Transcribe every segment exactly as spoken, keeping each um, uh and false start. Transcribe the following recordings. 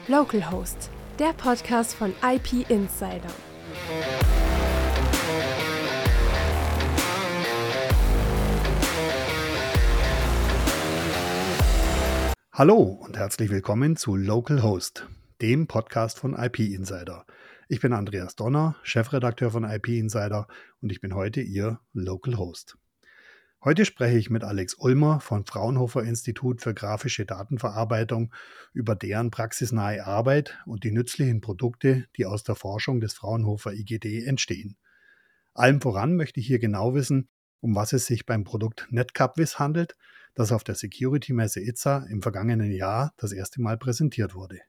Localhost, der Podcast von I P Insider. Hallo und herzlich willkommen zu Localhost, dem Podcast von I P Insider. Ich bin Andreas Donner, Chefredakteur von I P Insider und ich bin heute Ihr Localhost. Heute spreche ich mit Alex Ulmer vom Fraunhofer Institut für grafische Datenverarbeitung über deren praxisnahe Arbeit und die nützlichen Produkte, die aus der Forschung des Fraunhofer I G D entstehen. Allem voran möchte ich hier genau wissen, um was es sich beim Produkt NetCupWiz handelt, das auf der Security-Messe I Z A im vergangenen Jahr das erste Mal präsentiert wurde.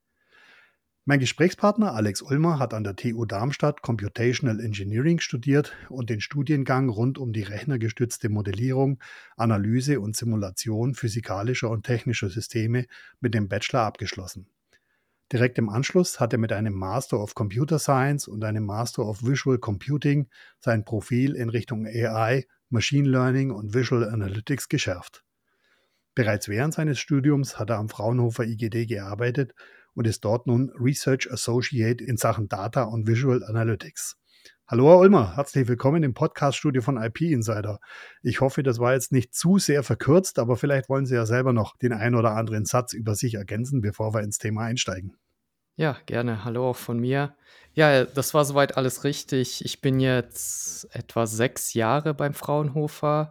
Mein Gesprächspartner Alex Ulmer hat an der T U Darmstadt Computational Engineering studiert und den Studiengang rund um die rechnergestützte Modellierung, Analyse und Simulation physikalischer und technischer Systeme mit dem Bachelor abgeschlossen. Direkt im Anschluss hat er mit einem Master of Computer Science und einem Master of Visual Computing sein Profil in Richtung A I, Machine Learning und Visual Analytics geschärft. Bereits während seines Studiums hat er am Fraunhofer I G D gearbeitet und ist dort nun Research Associate in Sachen Data und Visual Analytics. Hallo Herr Ulmer, herzlich willkommen im Podcast-Studio von I P Insider. Ich hoffe, das war jetzt nicht zu sehr verkürzt, aber vielleicht wollen Sie ja selber noch den einen oder anderen Satz über sich ergänzen, bevor wir ins Thema einsteigen. Ja, gerne. Hallo auch von mir. Ja, das war soweit alles richtig. Ich bin jetzt etwa sechs Jahre beim Fraunhofer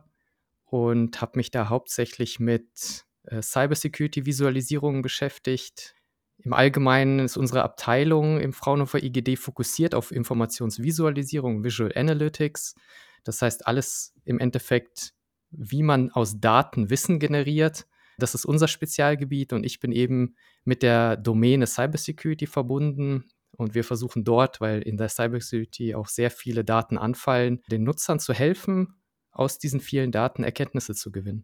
und habe mich da hauptsächlich mit äh, Cybersecurity-Visualisierungen beschäftigt. Im Allgemeinen ist unsere Abteilung im Fraunhofer I G D fokussiert auf Informationsvisualisierung, Visual Analytics. Das heißt, alles im Endeffekt, wie man aus Daten Wissen generiert. Das ist unser Spezialgebiet und ich bin eben mit der Domäne Cybersecurity verbunden. Und wir versuchen dort, weil in der Cybersecurity auch sehr viele Daten anfallen, den Nutzern zu helfen, aus diesen vielen Daten Erkenntnisse zu gewinnen.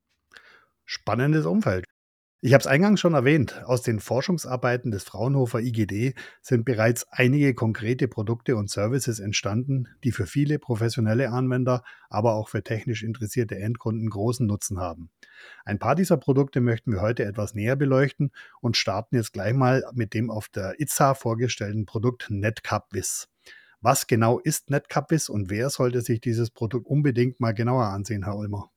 Spannendes Umfeld. Ich habe es eingangs schon erwähnt, aus den Forschungsarbeiten des Fraunhofer I G D sind bereits einige konkrete Produkte und Services entstanden, die für viele professionelle Anwender, aber auch für technisch interessierte Endkunden großen Nutzen haben. Ein paar dieser Produkte möchten wir heute etwas näher beleuchten und starten jetzt gleich mal mit dem auf der I Z A vorgestellten Produkt NetCupWiz. Was genau ist NetCupWiz und wer sollte sich dieses Produkt unbedingt mal genauer ansehen, Herr Ulmer?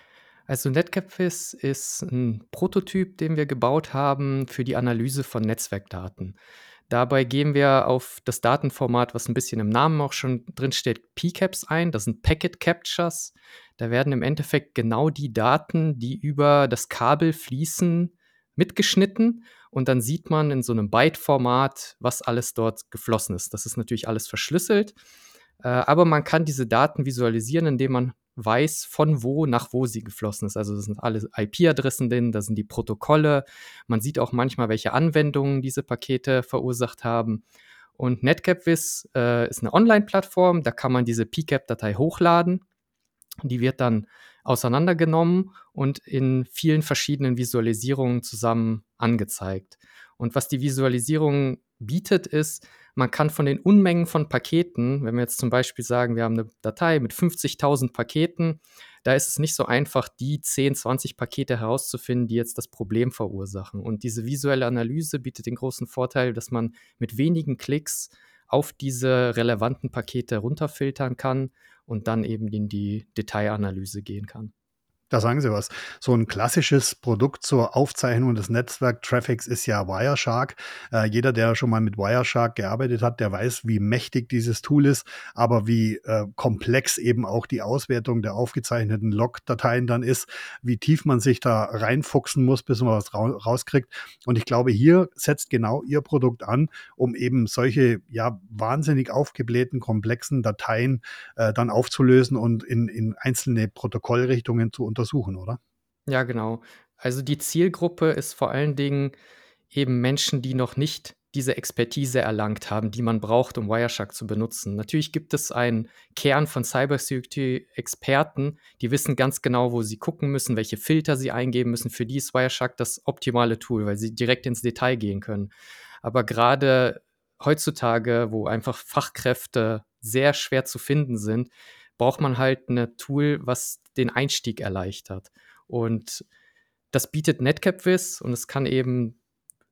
Also NetCupWiz ist ein Prototyp, den wir gebaut haben für die Analyse von Netzwerkdaten. Dabei gehen wir auf das Datenformat, was ein bisschen im Namen auch schon drin steht, P CAPs ein. Das sind Packet Captures. Da werden im Endeffekt genau die Daten, die über das Kabel fließen, mitgeschnitten und dann sieht man in so einem Byte-Format, was alles dort geflossen ist. Das ist natürlich alles verschlüsselt, äh, aber man kann diese Daten visualisieren, indem man weiß, von wo nach wo sie geflossen ist. Also das sind alle I P-Adressen drin, da sind die Protokolle. Man sieht auch manchmal, welche Anwendungen diese Pakete verursacht haben. Und NetCupWiz äh, ist eine Online-Plattform, da kann man diese P CAP-Datei hochladen. Die wird dann auseinandergenommen und in vielen verschiedenen Visualisierungen zusammen angezeigt. Und was die Visualisierung bietet, ist, man kann von den Unmengen von Paketen, wenn wir jetzt zum Beispiel sagen, wir haben eine Datei mit fünfzigtausend Paketen, da ist es nicht so einfach, die zehn, zwanzig Pakete herauszufinden, die jetzt das Problem verursachen. Und diese visuelle Analyse bietet den großen Vorteil, dass man mit wenigen Klicks auf diese relevanten Pakete runterfiltern kann und dann eben in die Detailanalyse gehen kann. Da sagen Sie was. So ein klassisches Produkt zur Aufzeichnung des Netzwerk-Traffics ist ja Wireshark. Äh, jeder, der schon mal mit Wireshark gearbeitet hat, der weiß, wie mächtig dieses Tool ist, aber wie äh, komplex eben auch die Auswertung der aufgezeichneten Log-Dateien dann ist, wie tief man sich da reinfuchsen muss, bis man was ra- rauskriegt. Und ich glaube, hier setzt genau Ihr Produkt an, um eben solche ja wahnsinnig aufgeblähten, komplexen Dateien äh, dann aufzulösen und in, in einzelne Protokollrichtungen zu untersuchen, oder? Ja, genau. Also die Zielgruppe ist vor allen Dingen eben Menschen, die noch nicht diese Expertise erlangt haben, die man braucht, um Wireshark zu benutzen. Natürlich gibt es einen Kern von Cybersecurity-Experten, die wissen ganz genau, wo sie gucken müssen, welche Filter sie eingeben müssen. Für die ist Wireshark das optimale Tool, weil sie direkt ins Detail gehen können. Aber gerade heutzutage, wo einfach Fachkräfte sehr schwer zu finden sind, braucht man halt ein Tool, was den Einstieg erleichtert. Und das bietet NetCupWiz und es kann eben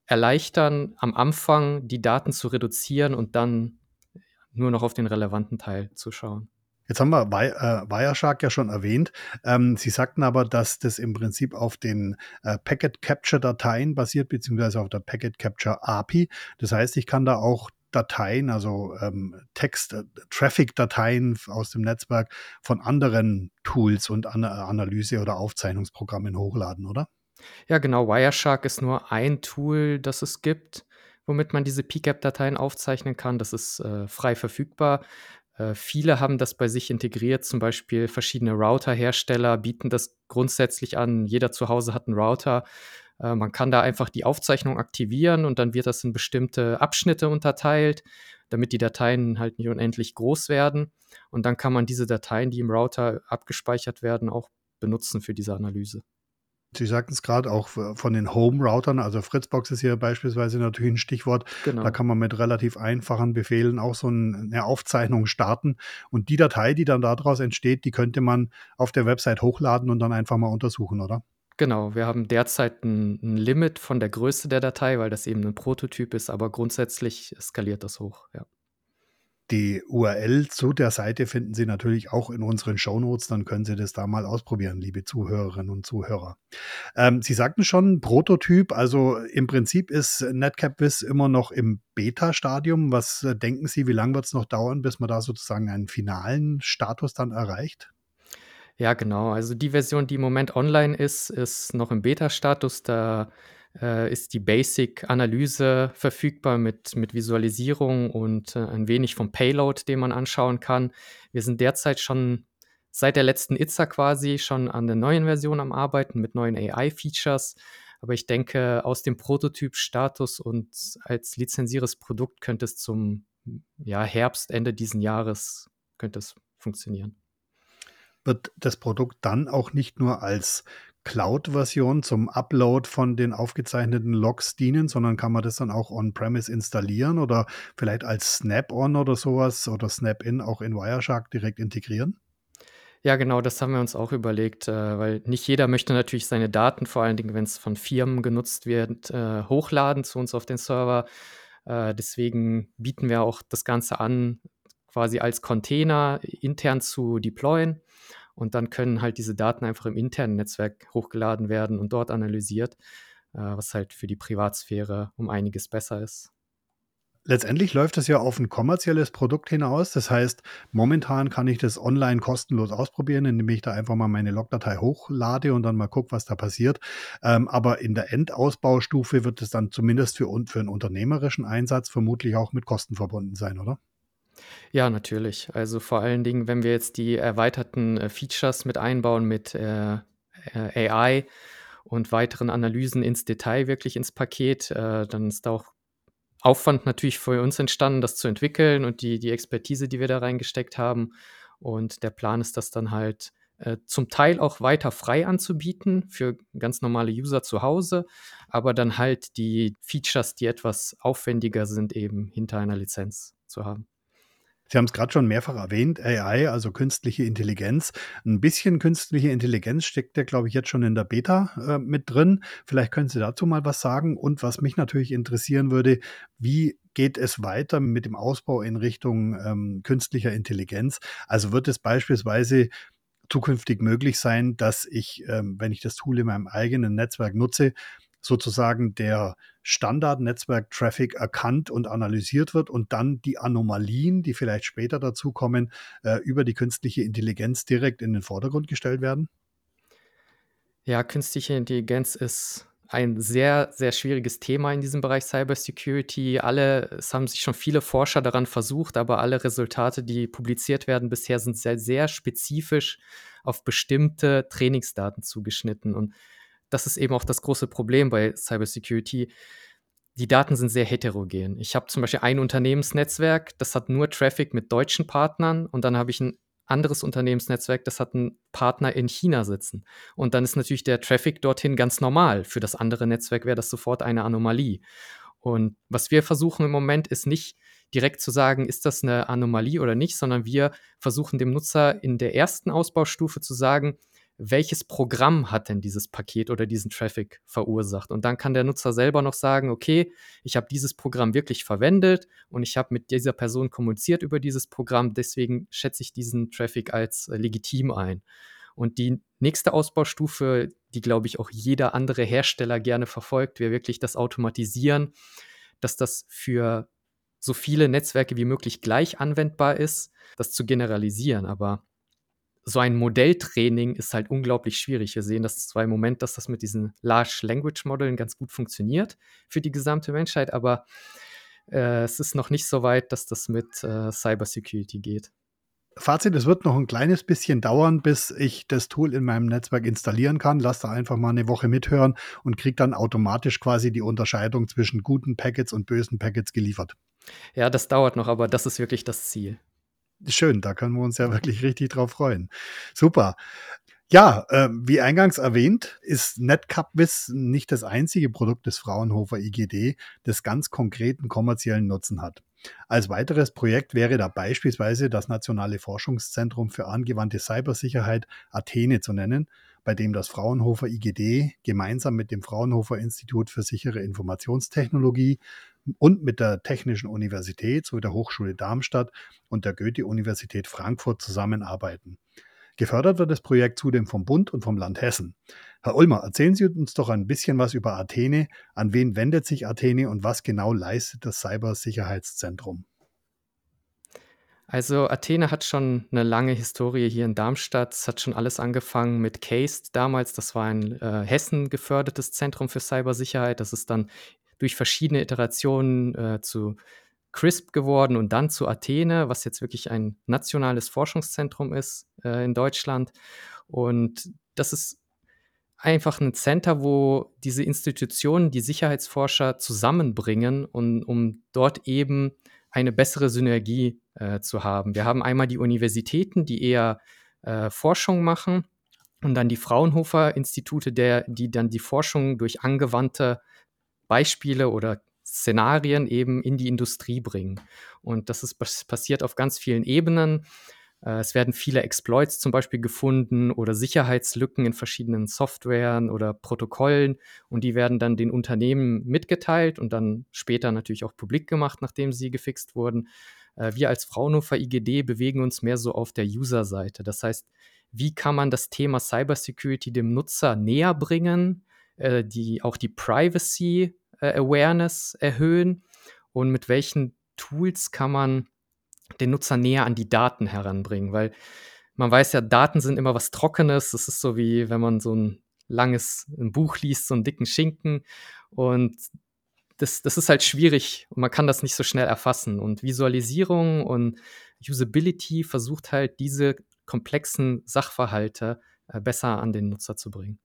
erleichtern, am Anfang die Daten zu reduzieren und dann nur noch auf den relevanten Teil zu schauen. Jetzt haben wir Wi- äh, Wireshark ja schon erwähnt. Ähm, Sie sagten aber, dass das im Prinzip auf den äh, Packet Capture Dateien basiert, beziehungsweise auf der Packet Capture A P I. Das heißt, ich kann da auch Dateien, also ähm, Text, äh, Traffic-Dateien aus dem Netzwerk von anderen Tools und Ana Analyse- oder Aufzeichnungsprogrammen hochladen, oder? Ja, genau. Wireshark ist nur ein Tool, das es gibt, womit man diese P CAP-Dateien aufzeichnen kann. Das ist äh, frei verfügbar. Äh, viele haben das bei sich integriert, zum Beispiel verschiedene Router-Hersteller bieten das grundsätzlich an. Jeder zu Hause hat einen Router. Äh, man kann da einfach die Aufzeichnung aktivieren und dann wird das in bestimmte Abschnitte unterteilt, damit die Dateien halt nicht unendlich groß werden. Und dann kann man diese Dateien, die im Router abgespeichert werden, auch benutzen für diese Analyse. Sie sagten es gerade auch v von den Home-Routern, also Fritzbox ist hier beispielsweise natürlich ein Stichwort. Da Genau. kann man mit relativ einfachen Befehlen auch so 'n 'ne Aufzeichnung starten. Und die Datei, die dann daraus entsteht, die könnte man auf der Website hochladen und dann einfach mal untersuchen, oder? Genau, wir haben derzeit ein 'n Limit von der Größe der Datei, weil das eben ein Prototyp ist, aber grundsätzlich skaliert das hoch, ja. Die U R L zu der Seite finden Sie natürlich auch in unseren Shownotes, dann können Sie das da mal ausprobieren, liebe Zuhörerinnen und Zuhörer. Ähm, Sie sagten schon Prototyp, also im Prinzip ist NetCapVis immer noch im Beta-Stadium. Was äh, denken Sie, wie lange wird es noch dauern, bis man da sozusagen einen finalen Status dann erreicht? Ja, genau. Also die Version, die im Moment online ist, ist noch im Beta-Status. Da, äh, ist die Basic-Analyse verfügbar mit mit Visualisierung und, äh, ein wenig vom Payload, den man anschauen kann. Wir sind derzeit schon seit der letzten I T S A quasi schon an der neuen Version am Arbeiten mit neuen A I-Features. Aber ich denke, aus dem Prototyp-Status und als lizenziertes Produkt könnte es zum, ja, Herbst, Ende diesen Jahres könnte es funktionieren. Wird das Produkt dann auch nicht nur als Cloud-Version zum Upload von den aufgezeichneten Logs dienen, sondern kann man das dann auch on-premise installieren oder vielleicht als Snap-on oder sowas oder Snap-in auch in Wireshark direkt integrieren? Ja, genau, das haben wir uns auch überlegt, äh, weil nicht jeder möchte natürlich seine Daten, vor allen Dingen, wenn es von Firmen genutzt wird, äh, hochladen zu uns auf den Server. Äh, deswegen bieten wir auch das Ganze an, quasi als Container intern zu deployen. Und dann können halt diese Daten einfach im internen Netzwerk hochgeladen werden und dort analysiert, äh, was halt für die Privatsphäre um einiges besser ist. Letztendlich läuft es ja auf ein kommerzielles Produkt hinaus. Das heißt, momentan kann ich das online kostenlos ausprobieren, indem ich da einfach mal meine Logdatei hochlade und dann mal gucke, was da passiert. Ähm, aber in der Endausbaustufe wird es dann zumindest für un für 'n unternehmerischen Einsatz vermutlich auch mit Kosten verbunden sein, oder? Ja, natürlich. Also, vor allen Dingen, wenn wir jetzt die erweiterten, äh, Features mit einbauen mit, äh, äh, A I und weiteren Analysen ins Detail wirklich ins Paket, äh, dann ist da auch Aufwand natürlich für uns entstanden, das zu entwickeln und die die Expertise, die wir da reingesteckt haben. Und der Plan ist, das dann halt, äh, zum Teil auch weiter frei anzubieten für ganz normale User zu Hause, aber dann halt die Features, die etwas aufwendiger sind, eben hinter einer Lizenz zu haben. Sie haben es gerade schon mehrfach erwähnt, A I, also künstliche Intelligenz. Ein bisschen künstliche Intelligenz steckt ja, glaube ich, jetzt schon in der Beta, äh, mit drin. Vielleicht können Sie dazu mal was sagen. Und was mich natürlich interessieren würde, wie geht es weiter mit dem Ausbau in Richtung, ähm, künstlicher Intelligenz? Also, wird es beispielsweise zukünftig möglich sein, dass ich, ähm, wenn ich das Tool in meinem eigenen Netzwerk nutze, sozusagen der Standard-Netzwerk-Traffic erkannt und analysiert wird und dann die Anomalien, die vielleicht später dazukommen, äh, über die künstliche Intelligenz direkt in den Vordergrund gestellt werden? Ja, künstliche Intelligenz ist ein sehr, sehr schwieriges Thema in diesem Bereich Cybersecurity. Alle es haben sich schon viele Forscher daran versucht, aber alle Resultate, die publiziert werden bisher, sind sehr, sehr spezifisch auf bestimmte Trainingsdaten zugeschnitten. Und das ist eben auch das große Problem bei Cybersecurity. Die Daten sind sehr heterogen. Ich habe zum Beispiel ein Unternehmensnetzwerk, das hat nur Traffic mit deutschen Partnern und dann habe ich ein anderes Unternehmensnetzwerk, das hat einen Partner in China sitzen. Und dann ist natürlich der Traffic dorthin ganz normal. Für das andere Netzwerk wäre das sofort eine Anomalie. Und was wir versuchen im Moment, ist nicht direkt zu sagen, ist das eine Anomalie oder nicht, sondern wir versuchen dem Nutzer in der ersten Ausbaustufe zu sagen, welches Programm hat denn dieses Paket oder diesen Traffic verursacht? Und dann kann der Nutzer selber noch sagen, okay, ich habe dieses Programm wirklich verwendet und ich habe mit dieser Person kommuniziert über dieses Programm, deswegen schätze ich diesen Traffic als äh, legitim ein. Und die nächste Ausbaustufe, die, glaube ich, auch jeder andere Hersteller gerne verfolgt, wäre wirklich das Automatisieren, dass das für so viele Netzwerke wie möglich gleich anwendbar ist, das zu generalisieren. Aber so ein Modelltraining ist halt unglaublich schwierig. Wir sehen das zwar im Moment, dass das mit diesen Large Language Modellen ganz gut funktioniert für die gesamte Menschheit, aber äh, es ist noch nicht so weit, dass das mit äh, Cybersecurity geht. Fazit, es wird noch ein kleines bisschen dauern, bis ich das Tool in meinem Netzwerk installieren kann. Lass da einfach mal eine Woche mithören und kriege dann automatisch quasi die Unterscheidung zwischen guten Packets und bösen Packets geliefert. Ja, das dauert noch, aber das ist wirklich das Ziel. Schön, da können wir uns ja wirklich richtig drauf freuen. Super. Ja, äh, wie eingangs erwähnt, ist NetCupWiz nicht das einzige Produkt des Fraunhofer I G D, das ganz konkreten kommerziellen Nutzen hat. Als weiteres Projekt wäre da beispielsweise das Nationale Forschungszentrum für angewandte Cybersicherheit Athene zu nennen, bei dem das Fraunhofer I G D gemeinsam mit dem Fraunhofer Institut für sichere Informationstechnologie und mit der Technischen Universität sowie der Hochschule Darmstadt und der Goethe-Universität Frankfurt zusammenarbeiten. Gefördert wird das Projekt zudem vom Bund und vom Land Hessen. Herr Ulmer, erzählen Sie uns doch ein bisschen was über Athene. An wen wendet sich Athene und was genau leistet das Cybersicherheitszentrum? Also Athene hat schon eine lange Historie hier in Darmstadt. Es hat schon alles angefangen mit CASE damals. Das war ein äh, Hessen gefördertes Zentrum für Cybersicherheit. Das ist dann durch verschiedene Iterationen äh, zu CRISP geworden und dann zu Athene, was jetzt wirklich ein nationales Forschungszentrum ist äh, in Deutschland. Und das ist einfach ein Center, wo diese Institutionen die Sicherheitsforscher zusammenbringen, und, um dort eben eine bessere Synergie äh, zu haben. Wir haben einmal die Universitäten, die eher äh, Forschung machen, und dann die Fraunhofer-Institute, der, die dann die Forschung durch angewandte Beispiele oder Szenarien eben in die Industrie bringen. Und das ist das passiert auf ganz vielen Ebenen. Äh, es werden viele Exploits zum Beispiel gefunden oder Sicherheitslücken in verschiedenen Softwaren oder Protokollen, und die werden dann den Unternehmen mitgeteilt und dann später natürlich auch publik gemacht, nachdem sie gefixt wurden. Äh, wir als Fraunhofer I G D bewegen uns mehr so auf der User-Seite. Das heißt, wie kann man das Thema Cybersecurity dem Nutzer näher bringen, äh, die, auch die Privacy äh, Awareness erhöhen, und mit welchen Tools kann man den Nutzer näher an die Daten heranbringen, weil man weiß ja, Daten sind immer was Trockenes. Das ist so, wie wenn man so ein langes ein Buch liest, so einen dicken Schinken, und das, das ist halt schwierig und man kann das nicht so schnell erfassen. Und Visualisierung und Usability versucht halt, diese komplexen Sachverhalte äh, besser an den Nutzer zu bringen.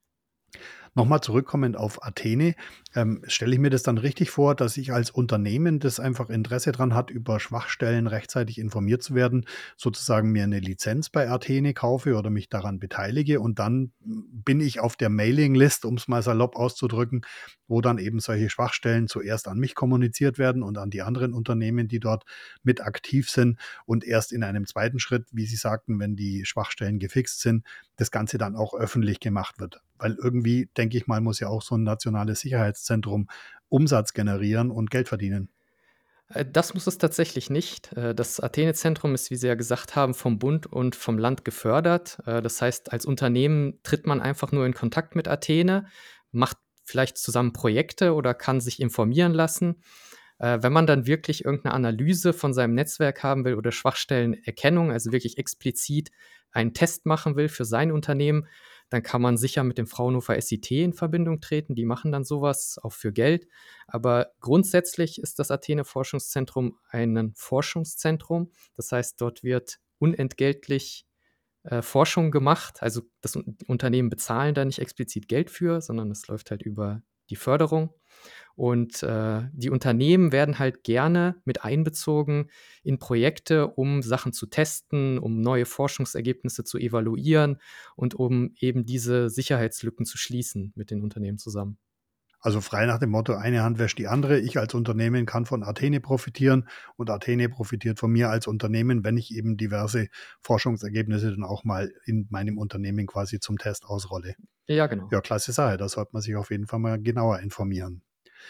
Nochmal zurückkommend auf Athene, ähm, stelle ich mir das dann richtig vor, dass ich als Unternehmen, das einfach Interesse daran hat, über Schwachstellen rechtzeitig informiert zu werden, sozusagen mir eine Lizenz bei Athene kaufe oder mich daran beteilige, und dann bin ich auf der Mailinglist, um es mal salopp auszudrücken, wo dann eben solche Schwachstellen zuerst an mich kommuniziert werden und an die anderen Unternehmen, die dort mit aktiv sind, und erst in einem zweiten Schritt, wie Sie sagten, wenn die Schwachstellen gefixt sind, das Ganze dann auch öffentlich gemacht wird. Weil irgendwie, denke ich mal, muss ja auch so ein nationales Sicherheitszentrum Umsatz generieren und Geld verdienen. Äh, Das muss es tatsächlich nicht. Äh, Das Athene-Zentrum ist, wie Sie ja gesagt haben, vom Bund und vom Land gefördert. Äh, Das heißt, als Unternehmen tritt man einfach nur in Kontakt mit Athene, macht vielleicht zusammen Projekte oder kann sich informieren lassen. Äh, Wenn man dann wirklich irgendeine Analyse von seinem Netzwerk haben will oder Schwachstellenerkennung, also wirklich explizit einen Test machen will für sein Unternehmen, dann kann man sicher mit dem Fraunhofer S I T in Verbindung treten. Die machen dann sowas auch für Geld. Aber grundsätzlich ist das Athene-Forschungszentrum ein Forschungszentrum. Das heißt, dort wird unentgeltlich äh, Forschung gemacht. Also das Un- Unternehmen bezahlen da nicht explizit Geld für, sondern es läuft halt über die Förderung. Und äh, die Unternehmen werden halt gerne mit einbezogen in Projekte, um Sachen zu testen, um neue Forschungsergebnisse zu evaluieren und um eben diese Sicherheitslücken zu schließen mit den Unternehmen zusammen. Also frei nach dem Motto, eine Hand wäscht die andere. Ich als Unternehmen kann von Athene profitieren und Athene profitiert von mir als Unternehmen, wenn ich eben diverse Forschungsergebnisse dann auch mal in meinem Unternehmen quasi zum Test ausrolle. Ja, genau. Ja, klasse Sache. Da sollte man sich auf jeden Fall mal genauer informieren.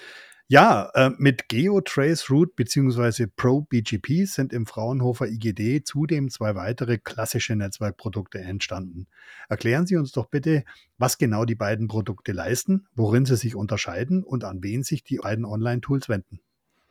Ja, äh, mit GeoTraceRoute bzw. ProBGP sind im Fraunhofer I G D zudem zwei weitere klassische Netzwerkprodukte entstanden. Erklären Sie uns doch bitte, was genau die beiden Produkte leisten, worin sie sich unterscheiden und an wen sich die beiden Online-Tools wenden.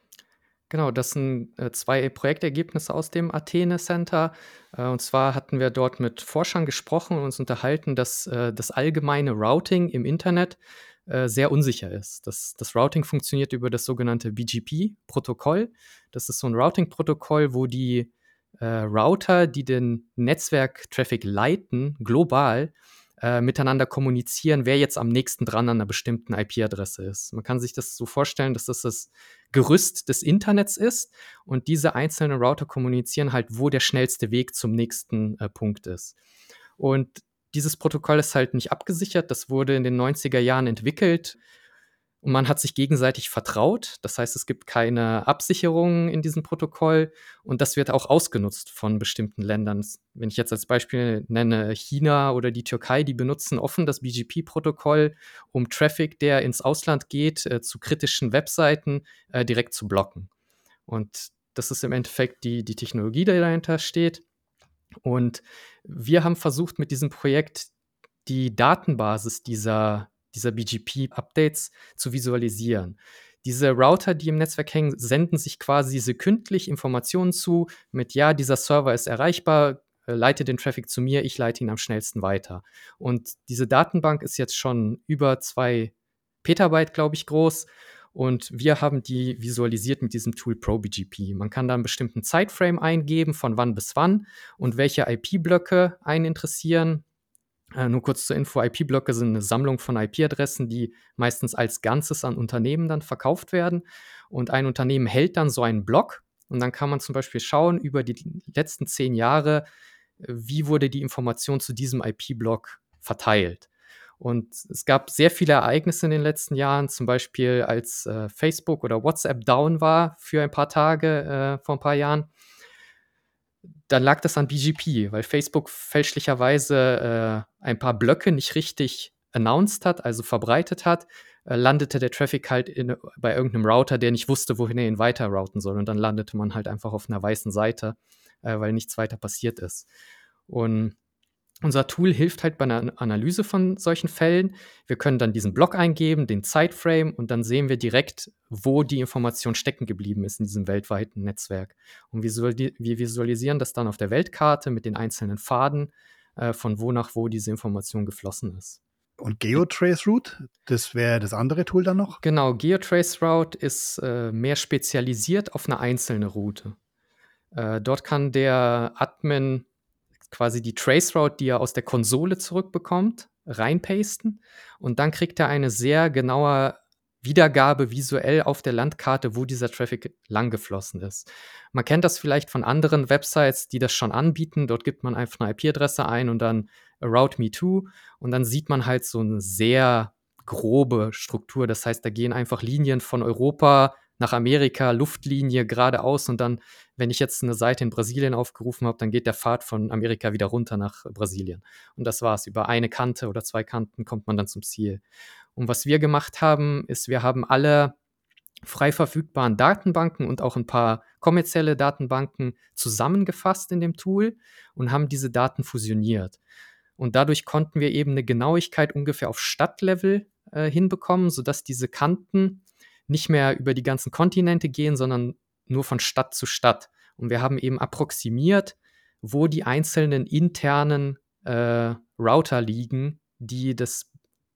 Genau, das sind äh, zwei Projektergebnisse aus dem Athene Center. Äh, und zwar hatten wir dort mit Forschern gesprochen und uns unterhalten, dass äh, das allgemeine Routing im Internet äh, sehr unsicher ist. Das, das Routing funktioniert über das sogenannte B G P-Protokoll. Das ist so ein Routing-Protokoll, wo die äh, Router, die den Netzwerktraffic leiten, global äh, miteinander kommunizieren, wer jetzt am nächsten dran an einer bestimmten I P-Adresse ist. Man kann sich das so vorstellen, dass das das Gerüst des Internets ist und diese einzelnen Router kommunizieren halt, wo der schnellste Weg zum nächsten äh, Punkt ist. Und dieses Protokoll ist halt nicht abgesichert. Das wurde in den neunziger Jahren entwickelt und man hat sich gegenseitig vertraut. Das heißt, es gibt keine Absicherung in diesem Protokoll und das wird auch ausgenutzt von bestimmten Ländern. Wenn ich jetzt als Beispiel nenne China oder die Türkei, die benutzen offen das B G P-Protokoll, um Traffic, der ins Ausland geht, äh, zu kritischen Webseiten äh, direkt zu blocken. Und das ist im Endeffekt die, die Technologie, die dahinter steht. Und wir haben versucht, mit diesem Projekt die Datenbasis dieser, dieser B G P-Updates zu visualisieren. Diese Router, die im Netzwerk hängen, senden sich quasi sekündlich Informationen zu mit, ja, dieser Server ist erreichbar, äh, leite den Traffic zu mir, ich leite ihn am schnellsten weiter. Und diese Datenbank ist jetzt schon über zwei Petabyte, glaube ich, groß. Und wir haben die visualisiert mit diesem Tool ProBGP. Man kann da einen bestimmten Zeitframe eingeben, von wann bis wann und welche I P-Blöcke einen interessieren. Äh, nur kurz zur Info, I P-Blöcke sind eine Sammlung von I P-Adressen, die meistens als Ganzes an Unternehmen dann verkauft werden. Und ein Unternehmen hält dann so einen Block und dann kann man zum Beispiel schauen, über die letzten zehn Jahre, wie wurde die Information zu diesem I P-Block verteilt. Und es gab sehr viele Ereignisse in den letzten Jahren, zum Beispiel als äh, Facebook oder WhatsApp down war für ein paar Tage äh, vor ein paar Jahren. Dann lag das an B G P, weil Facebook fälschlicherweise äh, ein paar Blöcke nicht richtig announced hat, also verbreitet hat, äh, landete der Traffic halt in, bei irgendeinem Router, der nicht wusste, wohin er ihn weiter routen soll. Und dann landete man halt einfach auf einer weißen Seite, äh, weil nichts weiter passiert ist. Und unser Tool hilft halt bei einer Analyse von solchen Fällen. Wir können dann diesen Block eingeben, den Zeitframe und dann sehen wir direkt, wo die Information stecken geblieben ist in diesem weltweiten Netzwerk. Und wir visualisieren das dann auf der Weltkarte mit den einzelnen Pfaden, äh, von wo nach wo diese Information geflossen ist. Und GeoTraceRoute, das wäre das andere Tool dann noch? Genau, GeoTraceRoute ist äh, mehr spezialisiert auf eine einzelne Route. Äh, dort kann der Admin quasi die Traceroute, die er aus der Konsole zurückbekommt, reinpasten und dann kriegt er eine sehr genaue Wiedergabe visuell auf der Landkarte, wo dieser Traffic langgeflossen ist. Man kennt das vielleicht von anderen Websites, die das schon anbieten. Dort gibt man einfach eine I P-Adresse ein und dann Route me to und dann sieht man halt so eine sehr grobe Struktur. Das heißt, da gehen einfach Linien von Europa nach Amerika, Luftlinie geradeaus und dann, wenn ich jetzt eine Seite in Brasilien aufgerufen habe, dann geht der Pfad von Amerika wieder runter nach Brasilien. Und das war's. Über eine Kante oder zwei Kanten kommt man dann zum Ziel. Und was wir gemacht haben, ist, wir haben alle frei verfügbaren Datenbanken und auch ein paar kommerzielle Datenbanken zusammengefasst in dem Tool und haben diese Daten fusioniert. Und dadurch konnten wir eben eine Genauigkeit ungefähr auf Stadtlevel äh, hinbekommen, sodass diese Kanten nicht mehr über die ganzen Kontinente gehen, sondern nur von Stadt zu Stadt. Und wir haben eben approximiert, wo die einzelnen internen äh, Router liegen, die das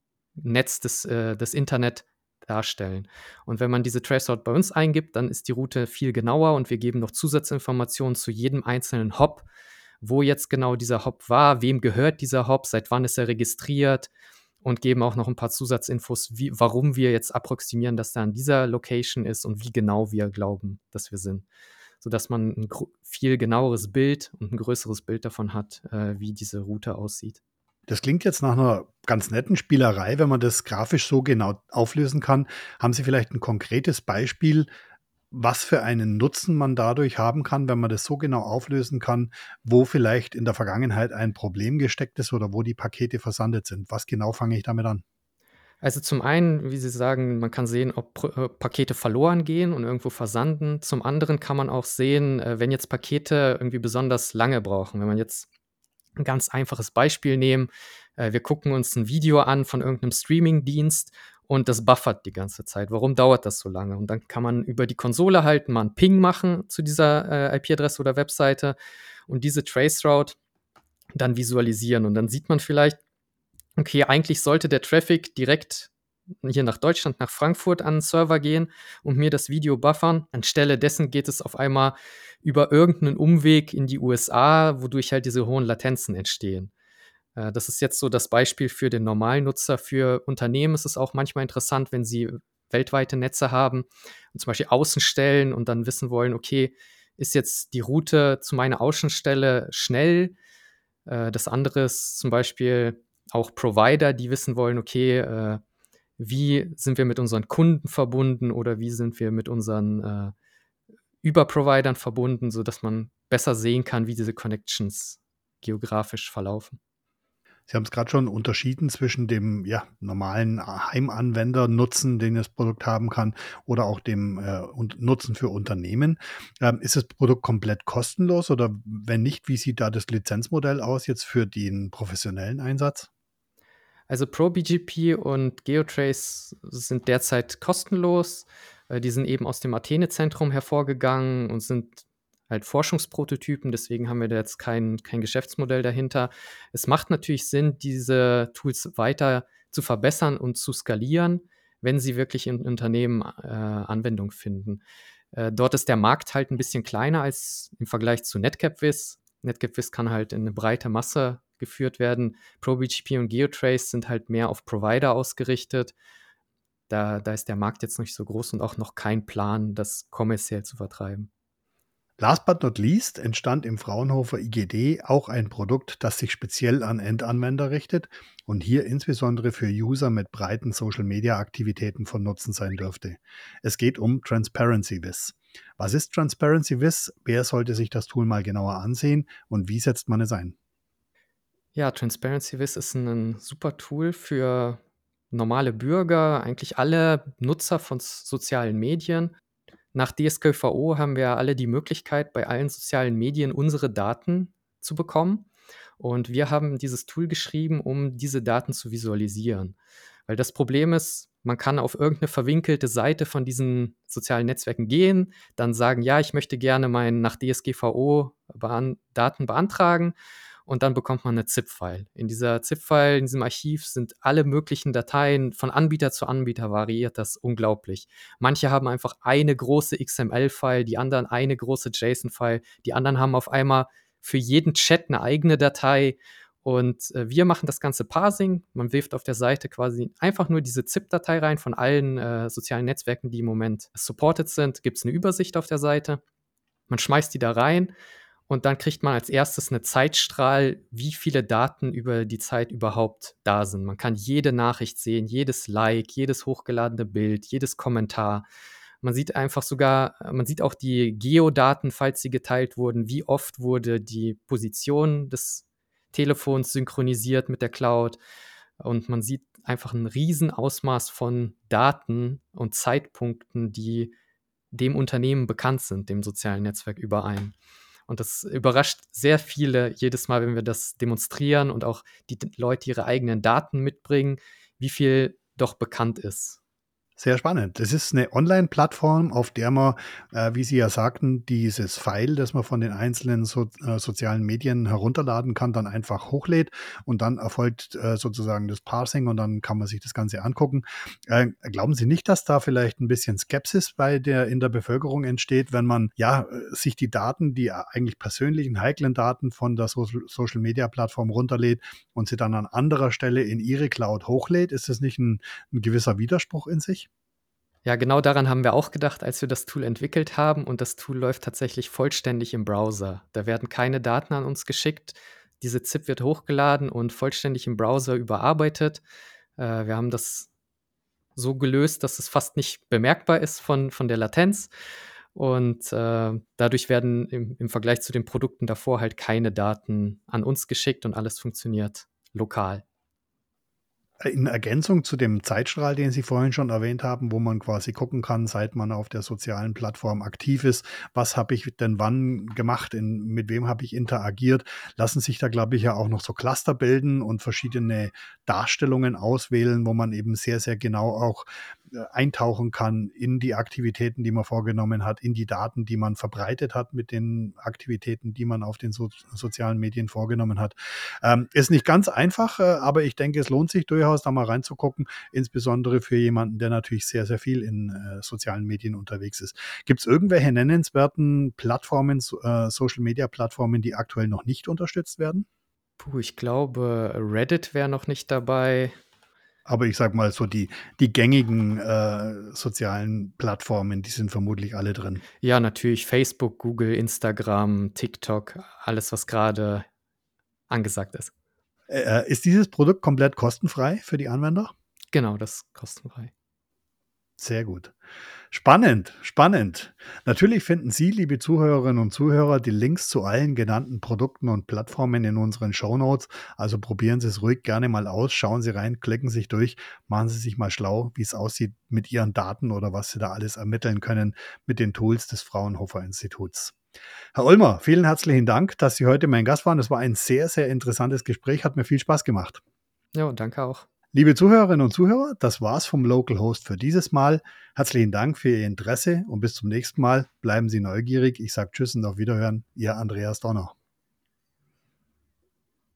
Netz des, äh, das Internet darstellen. Und wenn man diese Traceroute bei uns eingibt, dann ist die Route viel genauer und wir geben noch Zusatzinformationen zu jedem einzelnen Hop, wo jetzt genau dieser Hop war, wem gehört dieser Hop, seit wann ist er registriert und geben auch noch ein paar Zusatzinfos, wie, warum wir jetzt approximieren, dass er an dieser Location ist und wie genau wir glauben, dass wir sind. Sodass man ein gro- viel genaueres Bild und ein größeres Bild davon hat, äh, wie diese Route aussieht. Das klingt jetzt nach einer ganz netten Spielerei, wenn man das grafisch so genau auflösen kann. Haben Sie vielleicht ein konkretes Beispiel, was für einen Nutzen man dadurch haben kann, wenn man das so genau auflösen kann, wo vielleicht in der Vergangenheit ein Problem gesteckt ist oder wo die Pakete versandet sind? Was genau fange ich damit an? Also zum einen, wie Sie sagen, man kann sehen, ob Pro äh, Pakete verloren gehen und irgendwo versanden. Zum anderen kann man auch sehen, äh, wenn jetzt Pakete irgendwie besonders lange brauchen. Wenn man jetzt 'n ganz einfaches Beispiel nehmen, äh, wir gucken uns 'n Video an von irgend 'nem Streamingdienst und das buffert die ganze Zeit. Warum dauert das so lange? Und dann kann man über die Konsole halt mal 'n Ping machen zu dieser, äh, I P-Adresse oder Webseite und diese Traceroute dann visualisieren. Und dann sieht man vielleicht, okay, eigentlich sollte der Traffic direkt hier nach Deutschland, nach Frankfurt an 'n Server gehen und mir das Video buffern. Anstelle dessen geht es auf einmal über irgend 'nen Umweg in die U S A, wodurch halt diese hohen Latenzen entstehen. Äh, das ist jetzt so das Beispiel für den normalen Nutzer. Für Unternehmen ist es auch manchmal interessant, wenn sie weltweite Netze haben und zum Beispiel Außenstellen und dann wissen wollen: „Okay, ist jetzt die Route zu meiner Außenstelle schnell?“ Äh, das andere ist zum Beispiel auch Provider, die wissen wollen: „Okay, äh, wie sind wir mit unseren Kunden verbunden oder wie sind wir mit unseren, äh, Überprovidern verbunden“, sodass man besser sehen kann, wie diese Connections geografisch verlaufen. Sie haben es gerade schon unterschieden zwischen dem, ja, normalen Heimanwender-Nutzen, den das Produkt haben kann, oder auch dem, äh, und Nutzen für Unternehmen. Ähm, ist das Produkt komplett kostenlos oder wenn nicht, wie sieht da das Lizenzmodell aus jetzt für den professionellen Einsatz? Also ProBGP und Geotrace sind derzeit kostenlos. Äh, die sind eben aus dem Athene-Zentrum hervorgegangen und sind halt Forschungsprototypen, deswegen haben wir da jetzt kein kein Geschäftsmodell dahinter. Es macht natürlich Sinn, diese Tools weiter zu verbessern und zu skalieren, wenn sie wirklich in Unternehmen, äh, Anwendung finden. Äh, dort ist der Markt halt ein bisschen kleiner als im Vergleich zu NetCapWiz. NetCapWiz kann halt in 'ne breite Masse geführt werden. ProBGP und Geotrace sind halt mehr auf Provider ausgerichtet. Da da ist der Markt jetzt nicht so groß und auch noch kein Plan, das kommerziell zu vertreiben. Last but not least entstand im Fraunhofer I G D auch ein Produkt, das sich speziell an Endanwender richtet und hier insbesondere für User mit breiten Social-Media-Aktivitäten von Nutzen sein dürfte. Es geht um TransparencyWiz. Was ist TransparencyWiz? Wer sollte sich das Tool mal genauer ansehen und wie setzt man es ein? Ja, TransparencyWiz ist ein super Tool für normale Bürger, eigentlich alle Nutzer von s sozialen Medien. Nach D S G V O haben wir alle die Möglichkeit, bei allen sozialen Medien unsere Daten zu bekommen. Und wir haben dieses Tool geschrieben, um diese Daten zu visualisieren. Weil das Problem ist, man kann auf irgendeine verwinkelte Seite von diesen sozialen Netzwerken gehen, dann sagen: „Ja, ich möchte gerne meinen nach D S G V O bean Daten beantragen.“ Und dann bekommt man 'ne ZIP-File. In dieser ZIP-File, in diesem Archiv sind alle möglichen Dateien. Von Anbieter zu Anbieter variiert das unglaublich. Manche haben einfach eine große X M L-File, die anderen eine große JSON-File, die anderen haben auf einmal für jeden Chat 'ne eigene Datei. Und, äh, wir machen das ganze Parsing. Man wirft auf der Seite quasi einfach nur diese ZIP-Datei rein von allen, äh, sozialen Netzwerken, die im Moment supported sind. Gibt's 'ne Übersicht auf der Seite. Man schmeißt die da rein und dann kriegt man als erstes 'ne Zeitstrahl, wie viele Daten über die Zeit überhaupt da sind. Man kann jede Nachricht sehen, jedes Like, jedes hochgeladene Bild, jedes Kommentar. Man sieht einfach sogar äh, man sieht auch die Geodaten, falls sie geteilt wurden. Wie oft wurde die Position des Telefons synchronisiert mit der Cloud? Und man sieht einfach 'n Riesenausmaß von Daten und Zeitpunkten, die dem Unternehmen bekannt sind, dem sozialen Netzwerk über einen. Und das überrascht sehr viele jedes Mal, wenn wir das demonstrieren und auch die d Leute ihre eigenen Daten mitbringen, wie viel doch bekannt ist. Sehr spannend. Das ist eine Online-Plattform, auf der man, äh, wie Sie ja sagten, dieses File, das man von den einzelnen so äh, sozialen Medien herunterladen kann, dann einfach hochlädt und dann erfolgt, äh, sozusagen das Parsing und dann kann man sich das Ganze angucken. Äh, glauben Sie nicht, dass da vielleicht ein bisschen Skepsis bei der in der Bevölkerung entsteht, wenn man, ja, äh, sich die Daten, die eigentlich persönlichen, heiklen Daten von der Social Social-Media-Plattform runterlädt und sie dann an anderer Stelle in Ihre Cloud hochlädt? Ist das nicht ein 'n gewisser Widerspruch in sich? Ja, genau daran haben wir auch gedacht, als wir das Tool entwickelt haben und das Tool läuft tatsächlich vollständig im Browser. Da werden keine Daten an uns geschickt. diese ZIP wird hochgeladen und vollständig im Browser überarbeitet. Äh, wir haben das so gelöst, dass es fast nicht bemerkbar ist von von der Latenz und, äh, dadurch werden im im Vergleich zu den Produkten davor halt keine Daten an uns geschickt und alles funktioniert lokal. In Ergänzung zu dem Zeitstrahl, den Sie vorhin schon erwähnt haben, wo man quasi gucken kann, seit man auf der sozialen Plattform aktiv ist, was habe ich denn wann gemacht, in, mit wem habe ich interagiert, lassen sich da, glaube ich, ja auch noch so Cluster bilden und verschiedene Darstellungen auswählen, wo man eben sehr, sehr genau auch äh, eintauchen kann in die Aktivitäten, die man vorgenommen hat, in die Daten, die man verbreitet hat mit den Aktivitäten, die man auf den so sozialen Medien vorgenommen hat. Ähm, ist nicht ganz einfach, äh, aber ich denke, es lohnt sich durchaus, da mal reinzugucken, insbesondere für jemanden, der natürlich sehr, sehr viel in äh, sozialen Medien unterwegs ist. Gibt es irgendwelche nennenswerten Plattformen, so, äh, Social-Media-Plattformen, die aktuell noch nicht unterstützt werden? Puh, ich glaube, Reddit wäre noch nicht dabei. Aber ich sag mal so, die, die gängigen äh, sozialen Plattformen, die sind vermutlich alle drin. Ja, natürlich Facebook, Google, Instagram, TikTok, alles, was gerade angesagt ist. Äh, ist dieses Produkt komplett kostenfrei für die Anwender? Genau, das ist kostenfrei. Sehr gut. Spannend, spannend. Natürlich finden Sie, liebe Zuhörerinnen und Zuhörer, die Links zu allen genannten Produkten und Plattformen in unseren Shownotes. Also probieren Sie es ruhig gerne mal aus, schauen Sie rein, klicken sich durch, machen Sie sich mal schlau, wie es aussieht mit Ihren Daten oder was Sie da alles ermitteln können mit den Tools des Fraunhofer Instituts. Herr Ulmer, vielen herzlichen Dank, dass Sie heute mein Gast waren. Das war ein sehr, sehr interessantes Gespräch, hat mir viel Spaß gemacht. Ja, danke auch. Liebe Zuhörerinnen und Zuhörer, das war's vom Local Host für dieses Mal. Herzlichen Dank für Ihr Interesse und bis zum nächsten Mal. Bleiben Sie neugierig. Ich sage Tschüss und auf Wiederhören. Ihr Andreas Donner.